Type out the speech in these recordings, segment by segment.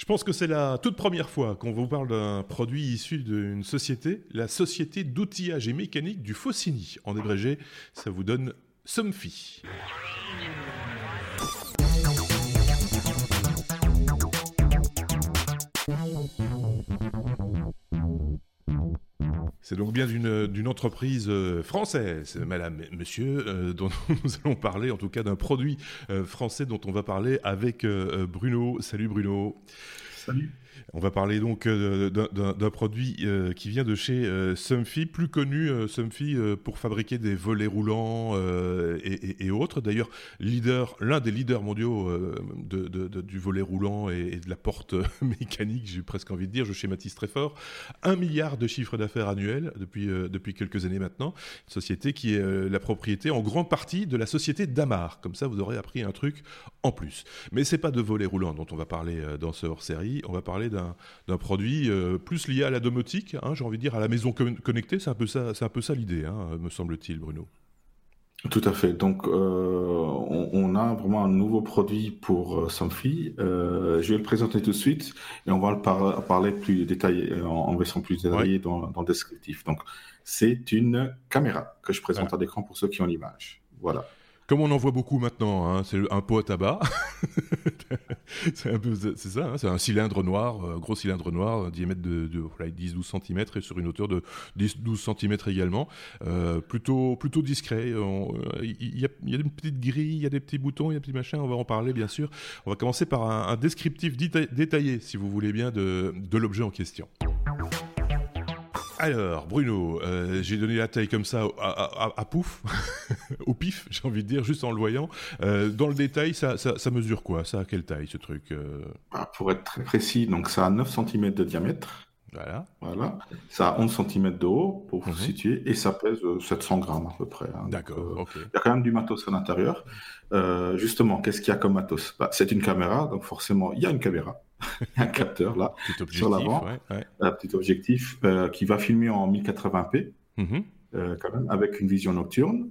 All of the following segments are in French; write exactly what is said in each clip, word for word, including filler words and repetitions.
Je pense que c'est la toute première fois qu'on vous parle d'un produit issu d'une société, la société d'outillage et mécanique du Faucigny. En abrégé, ça vous donne Somfy. C'est donc bien d'une, d'une entreprise euh, française, madame, monsieur, euh, dont nous allons parler, en tout cas d'un produit euh, français dont on va parler avec euh, Bruno. Salut Bruno. Salut. On va parler donc euh, d'un, d'un, d'un produit euh, qui vient de chez euh, Somfy, plus connu euh, Somfy euh, pour fabriquer des volets roulants euh, et, et, et autres. D'ailleurs, leader, l'un des leaders mondiaux euh, de, de, de, du volet roulant et, et de la porte mécanique, j'ai presque envie de dire, je schématise très fort. Un milliard de chiffre d'affaires annuel depuis, euh, depuis quelques années maintenant. Une société qui est euh, la propriété en grande partie de la société Damar. Comme ça, vous aurez appris un truc en plus. Mais c'est pas de volets roulants dont on va parler euh, dans ce hors-série. On va parler d'un, d'un produit euh, plus lié à la domotique, hein, j'ai envie de dire à la maison con- connectée, c'est un peu ça, c'est un peu ça l'idée, hein, me semble-t-il, Bruno. Tout à fait. Donc, euh, on, on a vraiment un nouveau produit pour euh, Somfy. Euh, je vais le présenter tout de suite et on va le par- parler plus détaillé, en, en version plus détaillée ouais. dans, dans le descriptif. Donc, c'est une caméra que je présente voilà. à l'écran pour ceux qui ont l'image. Voilà. Comme on en voit beaucoup maintenant, hein, c'est un pot à tabac. c'est, un peu, c'est ça, hein, c'est un cylindre noir, euh, gros cylindre noir, un diamètre de, de voilà, dix à douze centimètres et sur une hauteur de dix à douze centimètres également. Euh, plutôt, plutôt discret. Il euh, y, y, a, y a une petite grille, il y a des petits boutons, il y a des petits machins, on va en parler bien sûr. On va commencer par un, un descriptif déta- détaillé, si vous voulez bien, de, de l'objet en question. Alors, Bruno, euh, j'ai donné la taille comme ça à, à, à pouf, au pif, j'ai envie de dire, juste en le voyant. Euh, dans le détail, ça, ça, ça mesure quoi? Ça a quelle taille, ce truc euh... ah, Pour être très précis, donc ça a neuf centimètres de diamètre. Voilà. Voilà. Ça a onze centimètres de haut, pour vous mm-hmm. situer, et ça pèse euh, sept cents grammes à peu près. Hein. D'accord, donc, euh, ok. Il y a quand même du matos à l'intérieur. Euh, justement, qu'est-ce qu'il y a comme matos? bah, C'est une caméra, donc forcément, il y a une caméra. Il y a un capteur là, sur l'avant, ouais, ouais. un petit objectif euh, qui va filmer en mille quatre-vingts p, mm-hmm. euh, quand même, avec une vision nocturne.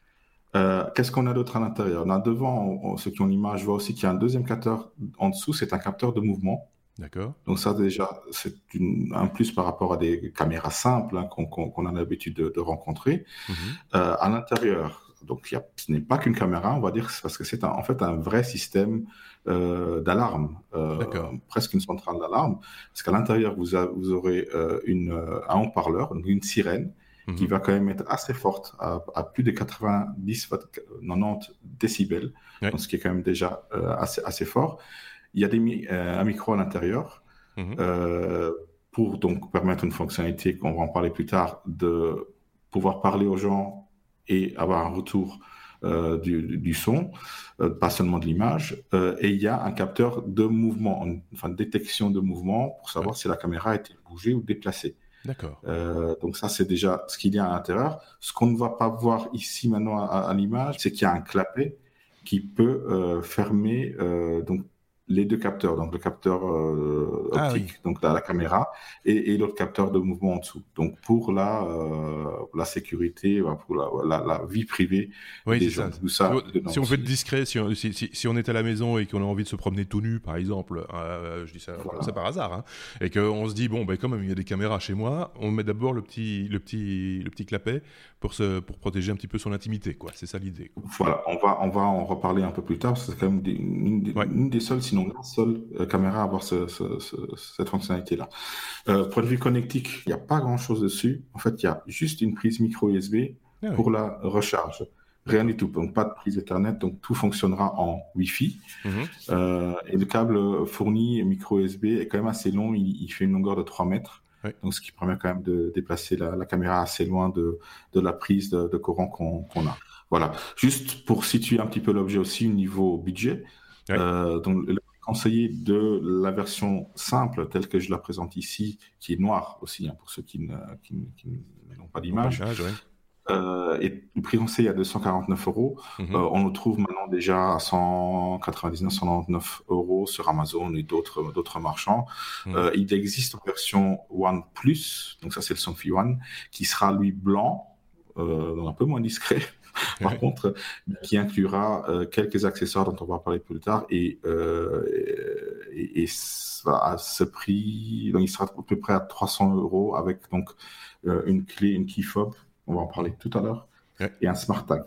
Euh, qu'est-ce qu'on a d'autre à l'intérieur? Là, devant, on, ceux qui ont l'image voient aussi qu'il y a un deuxième capteur en dessous, c'est un capteur de mouvement. D'accord. Donc ça déjà, c'est une, un plus par rapport à des caméras simples hein, qu'on, qu'on, qu'on a l'habitude de, de rencontrer. Mm-hmm. Euh, à l'intérieur, donc y a, ce n'est pas qu'une caméra, on va dire, parce que c'est un, en fait un vrai système euh, d'alarme, euh, presque une centrale d'alarme, parce qu'à l'intérieur vous, a, vous aurez euh, une, un haut-parleur, donc une sirène, mm-hmm. qui va quand même être assez forte, à, à plus de quatre-vingt-dix à quatre-vingt-dix décibels, ouais. donc ce qui est quand même déjà euh, assez, assez fort. Il y a des, euh, un micro à l'intérieur mmh. euh, pour donc permettre une fonctionnalité qu'on va en parler plus tard, de pouvoir parler aux gens et avoir un retour euh, du, du son, euh, pas seulement de l'image. Euh, et il y a un capteur de mouvement, enfin de détection de mouvement pour savoir ouais. si la caméra a été bougée ou déplacée. D'accord. Euh, donc ça, c'est déjà ce qu'il y a à l'intérieur. Ce qu'on ne va pas voir ici maintenant à, à l'image, c'est qu'il y a un clapet qui peut euh, fermer euh, donc les deux capteurs, donc le capteur euh, optique, ah, oui. donc la, la caméra, et, et l'autre capteur de mouvement en dessous. Donc pour la euh, la sécurité, pour la, la, la vie privée oui, des c'est gens. Ça. ça si, on, si on veut être discret, si on, si, si, si on est à la maison et qu'on a envie de se promener tout nu, par exemple, euh, je dis ça, voilà. ça par hasard, hein, et qu'on se dit bon, ben quand même il y a des caméras chez moi, on met d'abord le petit le petit le petit clapet pour se pour protéger un petit peu son intimité, quoi. C'est ça l'idée. Quoi. Voilà, on va on va en reparler un peu plus tard, parce que c'est quand même des, une, des, ouais. une des seules, sinon la seule euh, caméra à avoir ce, ce, ce, cette fonctionnalité-là. Euh, point de vue connectique, il n'y a pas grand-chose dessus. En fait, il y a juste une prise micro U S B ah, pour oui. la recharge. Rien du tout, donc pas de prise Ethernet, donc tout fonctionnera en Wi-Fi. Mm-hmm. Euh, et le câble fourni micro U S B est quand même assez long, il, il fait une longueur de trois mètres. Oui. Donc, ce qui permet quand même de déplacer la, la caméra assez loin de, de la prise de, de courant qu'on, qu'on a. Voilà. Juste pour situer un petit peu l'objet aussi au niveau budget. Oui. Euh, donc, le conseiller de la version simple, telle que je la présente ici, qui est noire aussi, hein, pour ceux qui, ne, qui, qui n'ont pas d'image. Pas d'image oui. Euh, et le prix conseillé à deux cent quarante-neuf euros. Mm-hmm. Euh, on le trouve maintenant déjà à cent quatre-vingt-dix-neuf, cent quatre-vingt-dix-neuf euros sur Amazon et d'autres, d'autres marchands. Mm-hmm. Euh, il existe en version One Plus, donc ça c'est le Somfy One, qui sera lui blanc, euh, donc un peu moins discret, par ouais. contre, qui inclura euh, quelques accessoires dont on va parler plus tard, et, euh, et, et à ce prix, donc il sera à peu près à trois cents euros avec donc euh, une clé, une key fob, on va en parler tout à l'heure, ouais. et un smart tag.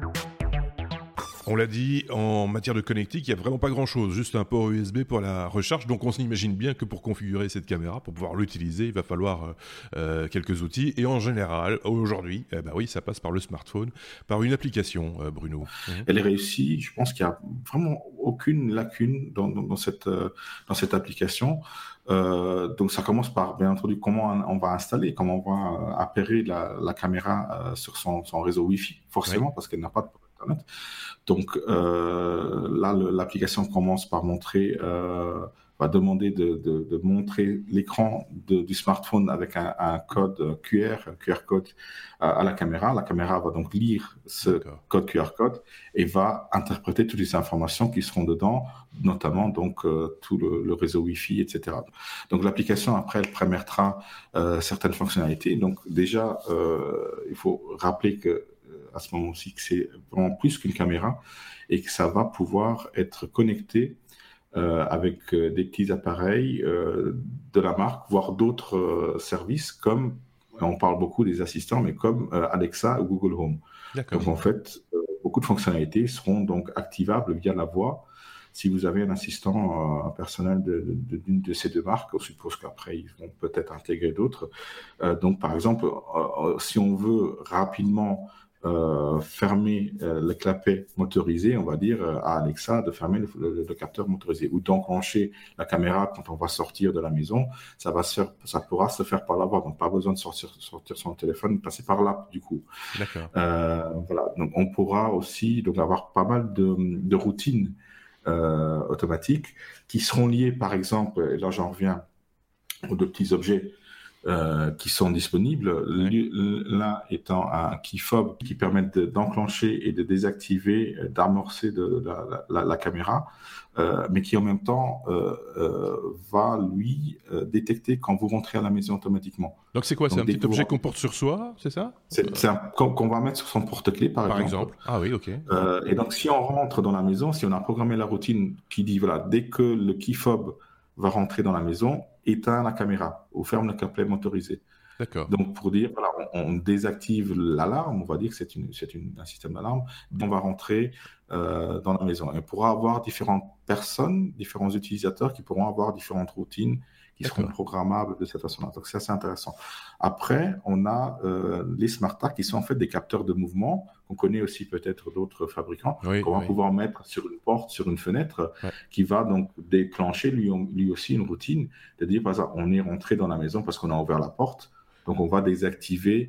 On l'a dit, en matière de connectique, il n'y a vraiment pas grand-chose, juste un port U S B pour la recharge. Donc on s'imagine bien que pour configurer cette caméra, pour pouvoir l'utiliser, il va falloir euh, quelques outils. Et en général, aujourd'hui, eh ben oui, ça passe par le smartphone, par une application, euh, Bruno. Mmh. Elle est réussie. Je pense qu'il n'y a vraiment aucune lacune dans, dans, dans, cette, euh, dans cette application. Euh, donc ça commence par, bien entendu, comment on va installer, comment on va appairer la, la caméra euh, sur son, son réseau Wi-Fi, forcément, oui. parce qu'elle n'a pas de Internet. Donc euh, là, le, l'application commence par montrer, euh, va demander de, de, de montrer l'écran de, du smartphone avec un, un code Q R, un Q R code à, à la caméra. La caméra va donc lire ce D'accord. code Q R code et va interpréter toutes les informations qui seront dedans, notamment donc euh, tout le, le réseau Wi-Fi, et cetera. Donc l'application après elle permettra euh, certaines fonctionnalités. Donc déjà, euh, il faut rappeler que à ce moment-ci que c'est vraiment plus qu'une caméra et que ça va pouvoir être connecté euh, avec euh, des petits appareils euh, de la marque, voire d'autres euh, services comme, on parle beaucoup des assistants, mais comme euh, Alexa ou Google Home. D'accord. Donc en fait, euh, beaucoup de fonctionnalités seront donc activables via la voix. Si vous avez un assistant euh, personnel de, de, d'une de ces deux marques, on suppose qu'après ils vont peut-être intégrer d'autres. Euh, donc par exemple, euh, si on veut rapidement Euh, fermer euh, le clapet motorisé, on va dire euh, à Alexa de fermer le, le, le capteur motorisé ou d'enclencher la caméra quand on va sortir de la maison, ça va se faire, ça pourra se faire par la voix, donc pas besoin de sortir, sortir son téléphone, passer par l'app du coup. D'accord. Euh, voilà, donc on pourra aussi donc avoir pas mal de, de routines euh, automatiques qui seront liées, par exemple, et là j'en reviens aux deux petits objets. Euh, qui sont disponibles, ouais. l'un étant un key fob qui permet de, d'enclencher et de désactiver, d'amorcer de, de la, la, la caméra, euh, mais qui en même temps euh, euh, va lui euh, détecter quand vous rentrez à la maison automatiquement. Donc c'est quoi? Donc, c'est un petit objet qu'on porte sur soi, c'est ça? C'est, c'est un, qu'on va mettre sur son porte-clés par, par exemple. exemple. Ah oui, ok. Euh, et donc si on rentre dans la maison, si on a programmé la routine qui dit voilà, dès que le key fob va rentrer dans la maison, éteint la caméra ou ferme le clapet motorisé. D'accord. Donc, pour dire, voilà, on, on désactive l'alarme, on va dire que c'est, une, c'est une, un système d'alarme, on va rentrer euh, dans la maison. Et on pourra avoir différentes personnes, différents utilisateurs qui pourront avoir différentes routines qui D'accord. seront programmables de cette façon-là. Donc, c'est assez intéressant. Après, on a euh, les smart tags qui sont en fait des capteurs de mouvement, qu'on connaît aussi peut-être d'autres fabricants, oui, qu'on va oui. pouvoir mettre sur une porte, sur une fenêtre, ouais. qui va donc déclencher lui, lui aussi une routine, de dire, par exemple, on est rentré dans la maison parce qu'on a ouvert la porte, donc on va désactiver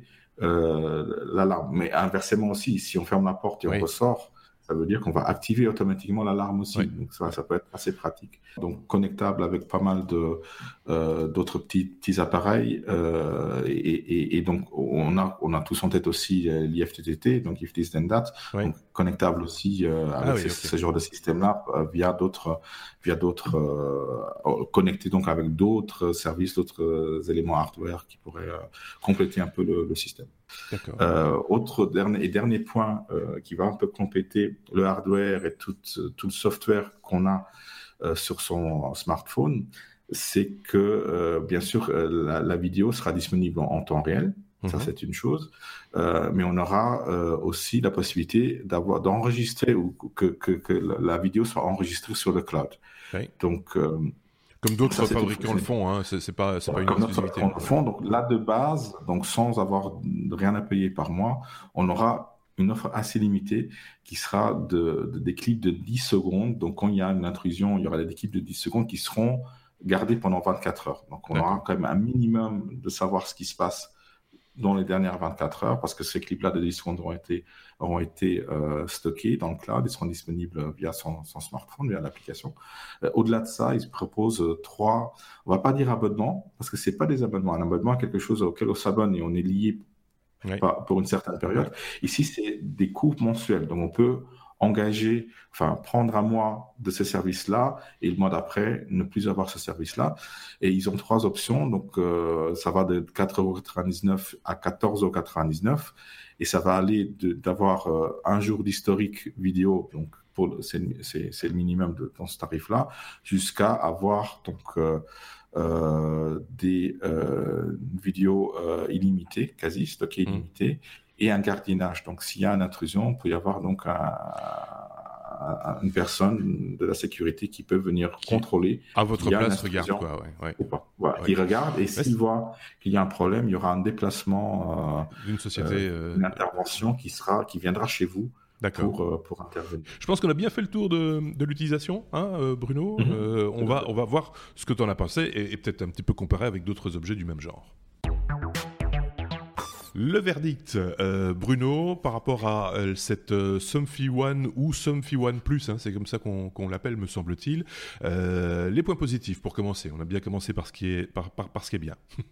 euh, l'alarme. Mais inversement aussi, si on ferme la porte et oui. on ressort, ça veut dire qu'on va activer automatiquement l'alarme aussi. Oui. Donc ça, ça peut être assez pratique. Donc connectable avec pas mal de euh, d'autres petits petits appareils. Euh, et, et, et donc on a on a tous en tête aussi euh, l'I F T T T, donc If This Then That, oui. donc connectable aussi euh, avec ah, oui, ce, okay. ce genre de système-là euh, via d'autres via d'autres euh, connectés donc avec d'autres services, d'autres euh, éléments hardware qui pourraient euh, compléter un peu le, le système. D'accord. Euh, autre dernier et dernier point euh, qui va un peu compléter le hardware et tout, tout le software qu'on a euh, sur son smartphone, c'est que euh, bien sûr euh, la, la vidéo sera disponible en, en temps réel, mm-hmm. ça c'est une chose, euh, mais on aura euh, aussi la possibilité d'avoir d'enregistrer ou que, que, que la vidéo soit enregistrée sur le cloud. Oui. Donc euh, Comme d'autres ça, fabricants le font, hein. c'est, c'est pas, c'est pas une exclusivité. Comme d'autres le font, donc là de base, donc sans avoir rien à payer par mois, on aura une offre assez limitée qui sera de, de, des clips de dix secondes. Donc quand il y a une intrusion, il y aura des clips de dix secondes qui seront gardés pendant vingt-quatre heures. Donc on D'accord. aura quand même un minimum de savoir ce qui se passe dans les dernières vingt-quatre heures, parce que ces clips-là de dix secondes auront été, auront été euh, stockés dans le cloud, ils seront disponibles via son, son smartphone, via l'application. Euh, au-delà de ça, ils proposent euh, trois, on va pas dire abonnements, parce que c'est pas des abonnements. Un abonnement est quelque chose auquel on s'abonne et on est lié oui. pas, pour une certaine période. Oui. Ici, c'est des coûts mensuels. Donc, on peut engager, enfin prendre à moi de ces services-là et le mois d'après ne plus avoir ce service-là. Et ils ont trois options, donc euh, ça va de quatre euros quatre-vingt-dix-neuf à quatorze euros quatre-vingt-dix-neuf et ça va aller de, d'avoir euh, un jour d'historique vidéo, donc pour le, c'est, c'est, c'est le minimum de, dans ce tarif-là, jusqu'à avoir donc euh, euh, des euh, vidéos euh, illimitées, quasi stockées illimitées, mmh. et un gardiennage. Donc s'il y a une intrusion, il peut y avoir donc un, un, une personne de la sécurité qui peut venir qui, contrôler. À votre place, regarde quoi, ouais, ouais. Ou pas. Voilà, ouais. Il regarde et s'il voit qu'il y a un problème, il y aura un déplacement, euh, d'une société, euh, une intervention qui sera, qui viendra chez vous. Pour, euh, pour intervenir. Je pense qu'on a bien fait le tour de, de l'utilisation, hein, euh, Bruno. Mm-hmm. Euh, on, va, on va voir ce que tu en as pensé et, et peut-être un petit peu comparer avec d'autres objets du même genre. Le verdict, euh, Bruno, par rapport à euh, cette euh, Somfy One ou Somfy One Plus, hein, c'est comme ça qu'on, qu'on l'appelle, me semble-t-il. Euh, les points positifs, pour commencer. On a bien commencé par ce qui est, par, par, par ce qui est bien.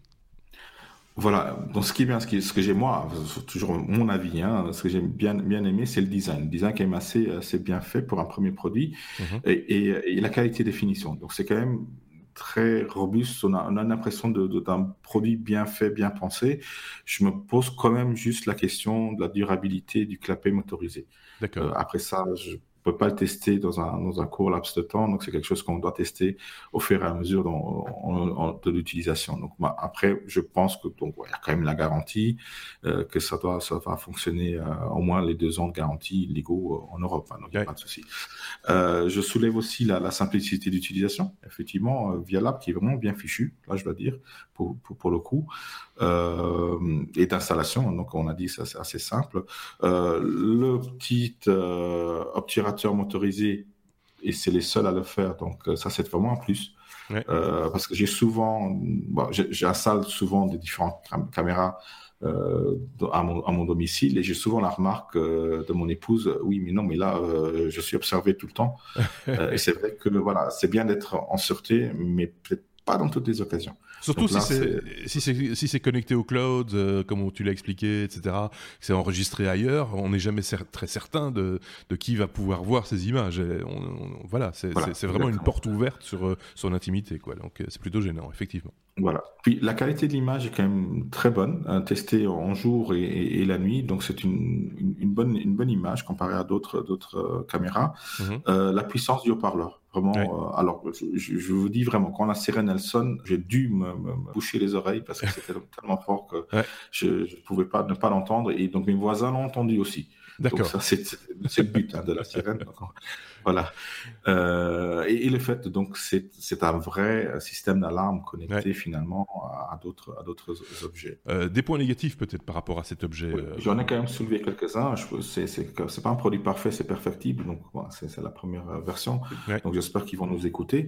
Voilà, donc ce qui est bien, ce, qui, ce que j'ai moi, c'est toujours mon avis, hein, ce que j'ai bien, bien aimé, c'est le design. Le design qui est même assez, assez bien fait pour un premier produit mmh. et, et, et la qualité des finitions. Donc c'est quand même très robuste, on a, on a l'impression de, de, d'un produit bien fait, bien pensé. Je me pose quand même juste la question de la durabilité du clapet motorisé. D'accord. Euh, après ça, je ne peut pas le tester dans un, dans un court laps de temps, donc c'est quelque chose qu'on doit tester au fur et à mesure dans, en, en, de l'utilisation. Donc bah, après, je pense que donc il y a quand même la garantie, euh, que ça doit ça va fonctionner euh, au moins les deux ans de garantie légaux en Europe, hein, donc il n'y a ouais. pas de souci. Euh, je soulève aussi la, la simplicité d'utilisation, effectivement, euh, via l'app qui est vraiment bien fichu, là je dois dire, pour, pour, pour le coup, euh, et d'installation, donc on a dit ça c'est assez simple. Euh, le petit euh, obturateur motorisé, et c'est les seuls à le faire, donc ça c'est vraiment un plus. Ouais. Euh, parce que j'ai souvent, bon, j'installe souvent des différentes cam- caméras euh, à, mon, à mon domicile et j'ai souvent la remarque euh, de mon épouse, oui mais non mais là euh, je suis observé tout le temps. euh, et c'est vrai que voilà, c'est bien d'être en sûreté, mais peut-être pas dans toutes les occasions. Surtout là, si, c'est, c'est... Si, c'est, si c'est connecté au cloud, euh, comme tu l'as expliqué, et cetera, que c'est enregistré ailleurs, on n'est jamais cer- très certain de, de qui va pouvoir voir ces images. On, on, voilà, c'est, voilà, c'est, c'est vraiment exactement. Une porte ouverte sur euh, son intimité, quoi. Donc c'est plutôt gênant, effectivement. Voilà. Puis la qualité de l'image est quand même très bonne, hein, testée en jour et, et, et la nuit, donc c'est une, une, une, bonne, une bonne image comparée à d'autres, d'autres euh, caméras. Mm-hmm. Euh, la puissance du haut-parleur, vraiment. Ouais. Euh, alors, je, je vous dis vraiment, quand la sirène elle sonne, j'ai dû me, me, me boucher les oreilles parce que c'était tellement fort que ouais. je ne pouvais pas ne pas l'entendre, et donc mes voisins l'ont entendu aussi. D'accord. Donc ça, c'est, c'est le but hein, de la sirène. Donc, voilà. Euh, et, et le fait, donc, c'est, c'est un vrai système d'alarme connecté ouais. finalement à d'autres, à d'autres objets. Euh, des points négatifs peut-être par rapport à cet objet. Oui, euh... J'en ai quand même soulevé quelques-uns. Je, c'est, c'est, c'est pas un produit parfait, c'est perfectible. Donc, voilà, c'est, c'est la première version. Ouais. Donc, j'espère qu'ils vont nous écouter.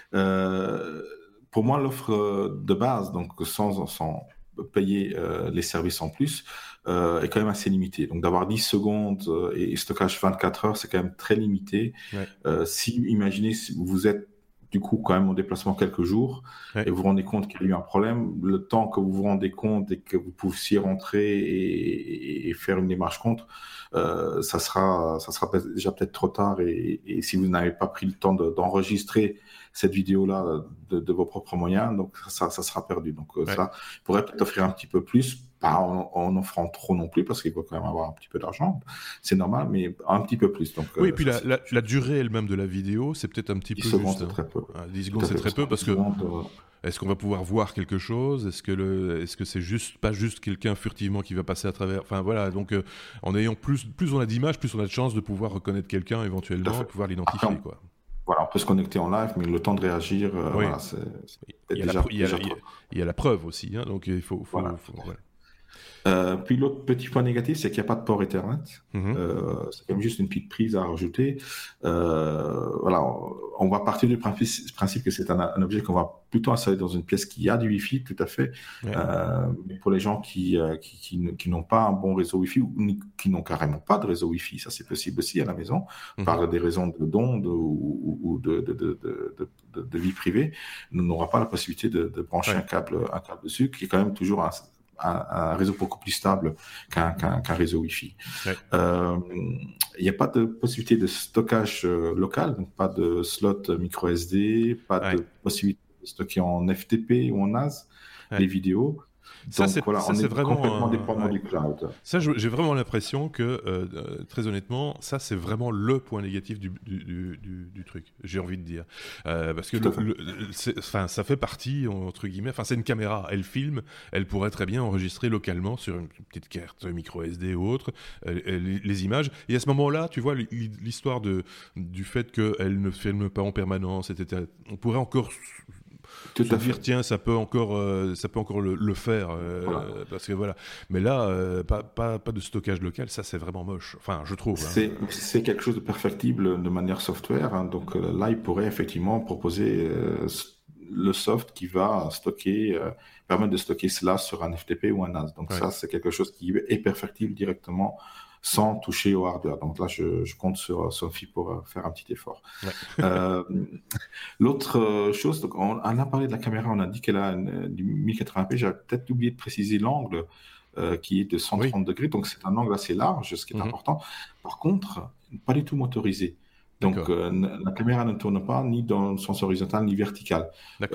Euh, pour moi, l'offre de base, donc sans, sans payer euh, les services en plus, euh, est quand même assez limité. Donc d'avoir dix secondes euh, et stockage vingt-quatre heures, c'est quand même très limité. Ouais. Euh, si, imaginez, si vous êtes du coup quand même en déplacement quelques jours ouais. et vous vous rendez compte qu'il y a eu un problème, le temps que vous vous rendez compte et que vous puissiez rentrer et, et faire une démarche contre, euh, ça sera, ça sera déjà peut-être trop tard. Et, et si vous n'avez pas pris le temps de, d'enregistrer cette vidéo-là de, de vos propres moyens, donc ça, ça sera perdu. Donc ouais. ça pourrait peut-être offrir un petit peu plus, pas en, en offrant trop non plus, parce qu'il faut quand même avoir un petit peu d'argent, c'est normal, mais un petit peu plus. Donc, oui, euh, et puis ça, la, la, la durée elle-même de la vidéo, c'est peut-être un petit peu secondes, juste. C'est hein. très peu. Ah, dix secondes, c'est très peu, parce que secondes, est-ce qu'on va pouvoir voir quelque chose ? Est-ce que, le, est-ce que c'est juste, pas juste quelqu'un furtivement qui va passer à travers ? Enfin voilà, donc euh, en ayant plus, plus on a d'images, plus on a de chances de pouvoir reconnaître quelqu'un éventuellement, de pouvoir l'identifier. Après, on... quoi. Voilà, on peut se connecter en live, mais le temps de réagir, euh, oui. voilà, c'est, c'est il, y a déjà, la, il, y a, déjà il, y a, il y a la preuve aussi, hein, donc il faut... faut, voilà. faut voilà. Euh, puis l'autre petit point négatif, c'est qu'il n'y a pas de port Ethernet. Mm-hmm. Euh, c'est quand même juste une petite prise à rajouter. Euh, voilà, on, on va partir du principe, principe que c'est un, un objet qu'on va plutôt installer dans une pièce qui a du Wi-Fi, tout à fait. Ouais. Euh, mais pour les gens qui, euh, qui, qui, qui n'ont pas un bon réseau Wi-Fi ou qui n'ont carrément pas de réseau Wi-Fi, ça c'est possible aussi à la maison, mm-hmm. par des raisons de d'ondes ou, ou de, de, de, de, de, de, de vie privée, on n'aura pas la possibilité de, de brancher ouais. un câble, un câble dessus, qui est quand même toujours un un, un réseau beaucoup plus stable qu'un, qu'un, qu'un réseau Wi-Fi. Ouais. Euh, il n'y a pas de possibilité de stockage euh, local, donc pas de slot micro S D, pas ouais. de possibilité de stocker en F T P ou en N A S ouais. les vidéos. Ça, Donc c'est, voilà, ça, on c'est est vraiment complètement un, dépendant ouais. du cloud. Ça, je, j'ai vraiment l'impression que, euh, très honnêtement, ça, c'est vraiment le point négatif du, du, du, du, du truc, j'ai envie de dire. Euh, parce que le, le, c'est, enfin, ça fait partie, entre guillemets, enfin, c'est une caméra, elle filme, elle pourrait très bien enregistrer localement sur une petite carte micro S D ou autre, euh, les, les images. Et à ce moment-là, tu vois, l'histoire de, du fait qu'elle ne filme pas en permanence, et cetera, on pourrait encore... Tout se à dire fait. Tiens ça peut encore euh, ça peut encore le, le faire euh, voilà. parce que voilà mais là euh, pas, pas pas de stockage local, ça c'est vraiment moche, enfin je trouve c'est, hein. c'est quelque chose de perfectible de manière software hein. Donc euh, là il pourrait effectivement proposer euh, le soft qui va stocker euh, permettre de stocker cela sur un F T P ou un N A S, donc ouais. ça c'est quelque chose qui est perfectible directement sans toucher au hardware. Donc là, je, je compte sur Sophie pour faire un petit effort. Ouais. euh, l'autre chose, donc on, on a parlé de la caméra, on a dit qu'elle a une, du mille quatre-vingts p. J'avais peut-être oublié de préciser l'angle euh, qui est de cent trente oui. degrés, donc c'est un angle assez large, ce qui est mm-hmm. important. Par contre, pas du tout motorisé. Donc euh, la caméra ne tourne pas ni dans le sens horizontal ni vertical.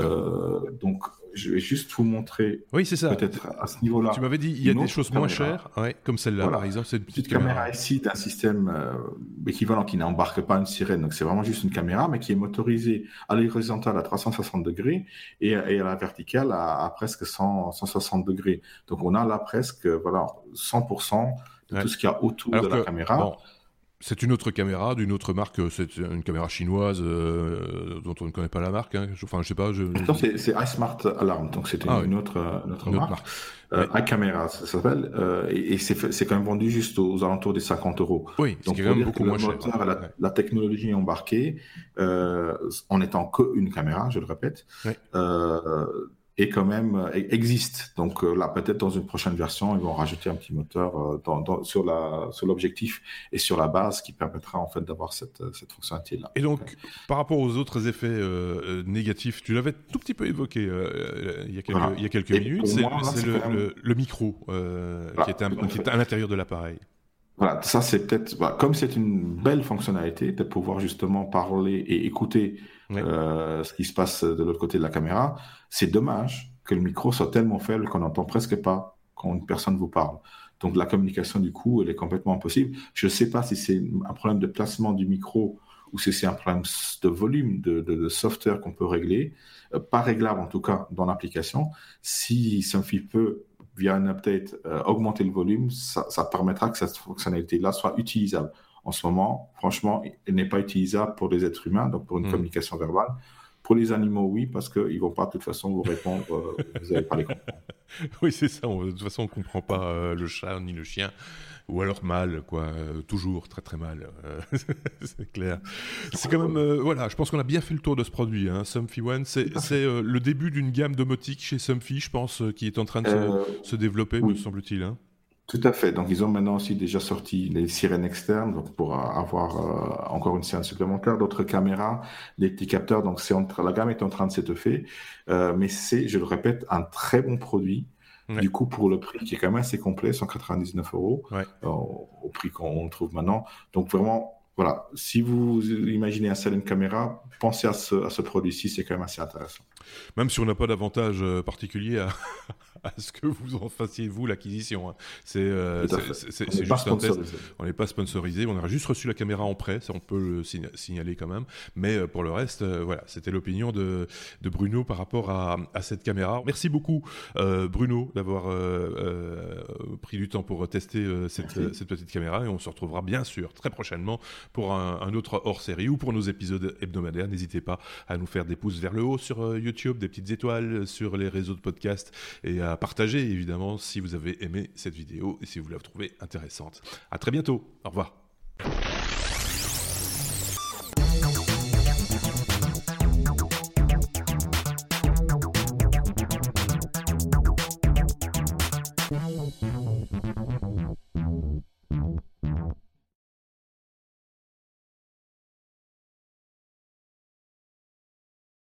Euh, donc je vais juste vous montrer. Oui, c'est ça. Peut-être à ce niveau-là. Tu m'avais dit il y a des choses caméra. moins chères, ouais, comme celle-là voilà. par exemple. C'est une petite caméra. caméra ici d'un système euh, équivalent qui n'embarque pas une sirène. Donc c'est vraiment juste une caméra, mais qui est motorisée à l'horizontale à trois cent soixante degrés et, et à la verticale à, à presque cent, cent soixante degrés. Donc on a là presque voilà cent pour cent de ouais. tout ce qu'il y a autour Alors de que, la caméra. Bon. C'est une autre caméra d'une autre marque, c'est une caméra chinoise euh, dont on ne connaît pas la marque. Hein. Enfin, je sais pas. Je... Non, c'est, c'est iSmart Alarm, donc c'était ah, une, oui. autre, une autre une marque. marque. Euh, oui. iCamera, ça s'appelle, euh, et, et c'est, c'est quand même vendu juste aux alentours des cinquante euros. Oui, donc c'est quand même beaucoup moins cher. Le moteur, la, ouais. la technologie embarquée, euh, en étant qu'une caméra, je le répète. Oui. Euh, et quand même existe. Donc euh, là, peut-être dans une prochaine version, ils vont rajouter un petit moteur euh, dans, dans, sur, la, sur l'objectif et sur la base qui permettra en fait d'avoir cette, cette fonctionnalité-là. Et donc, okay. par rapport aux autres effets euh, négatifs, tu l'avais tout petit peu évoqué euh, il y a quelques, voilà. il y a quelques minutes, c'est, moi, là, c'est, c'est le, même... le, le micro euh, voilà. qui, est un, qui est à l'intérieur de l'appareil. Voilà, ça c'est peut-être, voilà, comme c'est une belle fonctionnalité de pouvoir justement parler et écouter oui. euh, ce qui se passe de l'autre côté de la caméra, c'est dommage que le micro soit tellement faible qu'on n'entend presque pas quand une personne vous parle. Donc la communication du coup, elle est complètement impossible. Je ne sais pas si c'est un problème de placement du micro ou si c'est un problème de volume de, de, de software qu'on peut régler, euh, pas réglable en tout cas dans l'application. Si Somfy peut via un update, euh, augmenter le volume, ça, ça permettra que cette fonctionnalité-là soit utilisable. En ce moment, franchement, elle n'est pas utilisable pour les êtres humains, donc pour une mmh. communication verbale. Pour les animaux, oui, parce qu'ils ne vont pas de toute façon vous répondre, euh, vous n'allez pas les comprendre. Oui, c'est ça, on, de toute façon, on ne comprend pas euh, le chat ni le chien. Ou alors mal, quoi, euh, toujours très très mal, euh, c'est clair. C'est quand même, euh, voilà, je pense qu'on a bien fait le tour de ce produit, hein, Somfy One. C'est, c'est euh, le début d'une gamme domotique chez Somfy, je pense, euh, qui est en train de euh, se, se développer, oui. me semble-t-il. Hein. Tout à fait. Donc, ils ont maintenant aussi déjà sorti les sirènes externes, donc pour avoir euh, encore une sirène supplémentaire, d'autres caméras, des petits capteurs. Donc, c'est entre, la gamme est en train de s'étoffer, euh, mais c'est, je le répète, un très bon produit. Ouais. Du coup, pour le prix qui est quand même assez complet, cent quatre-vingt-dix-neuf euros, ouais. euh, au prix qu'on trouve maintenant. Donc vraiment, voilà, si vous imaginez installer une caméra, pensez à ce, à ce produit-ci, c'est quand même assez intéressant. Même si on n'a pas d'avantage particulier à, à ce que vous en fassiez, vous, l'acquisition. Hein. C'est, euh, c'est, c'est, c'est, c'est juste un test. On n'est pas sponsorisé. On a juste reçu la caméra en prêt, ça on peut le signaler quand même. Mais pour le reste, euh, voilà, c'était l'opinion de, de Bruno par rapport à, à cette caméra. Merci beaucoup, euh, Bruno, d'avoir euh, euh, pris du temps pour tester euh, cette, cette petite caméra. Et on se retrouvera bien sûr très prochainement pour un, un autre hors-série ou pour nos épisodes hebdomadaires. N'hésitez pas à nous faire des pouces vers le haut sur euh, YouTube, des petites étoiles sur les réseaux de podcast et à partager évidemment si vous avez aimé cette vidéo et si vous la trouvez intéressante. À très bientôt. Au revoir.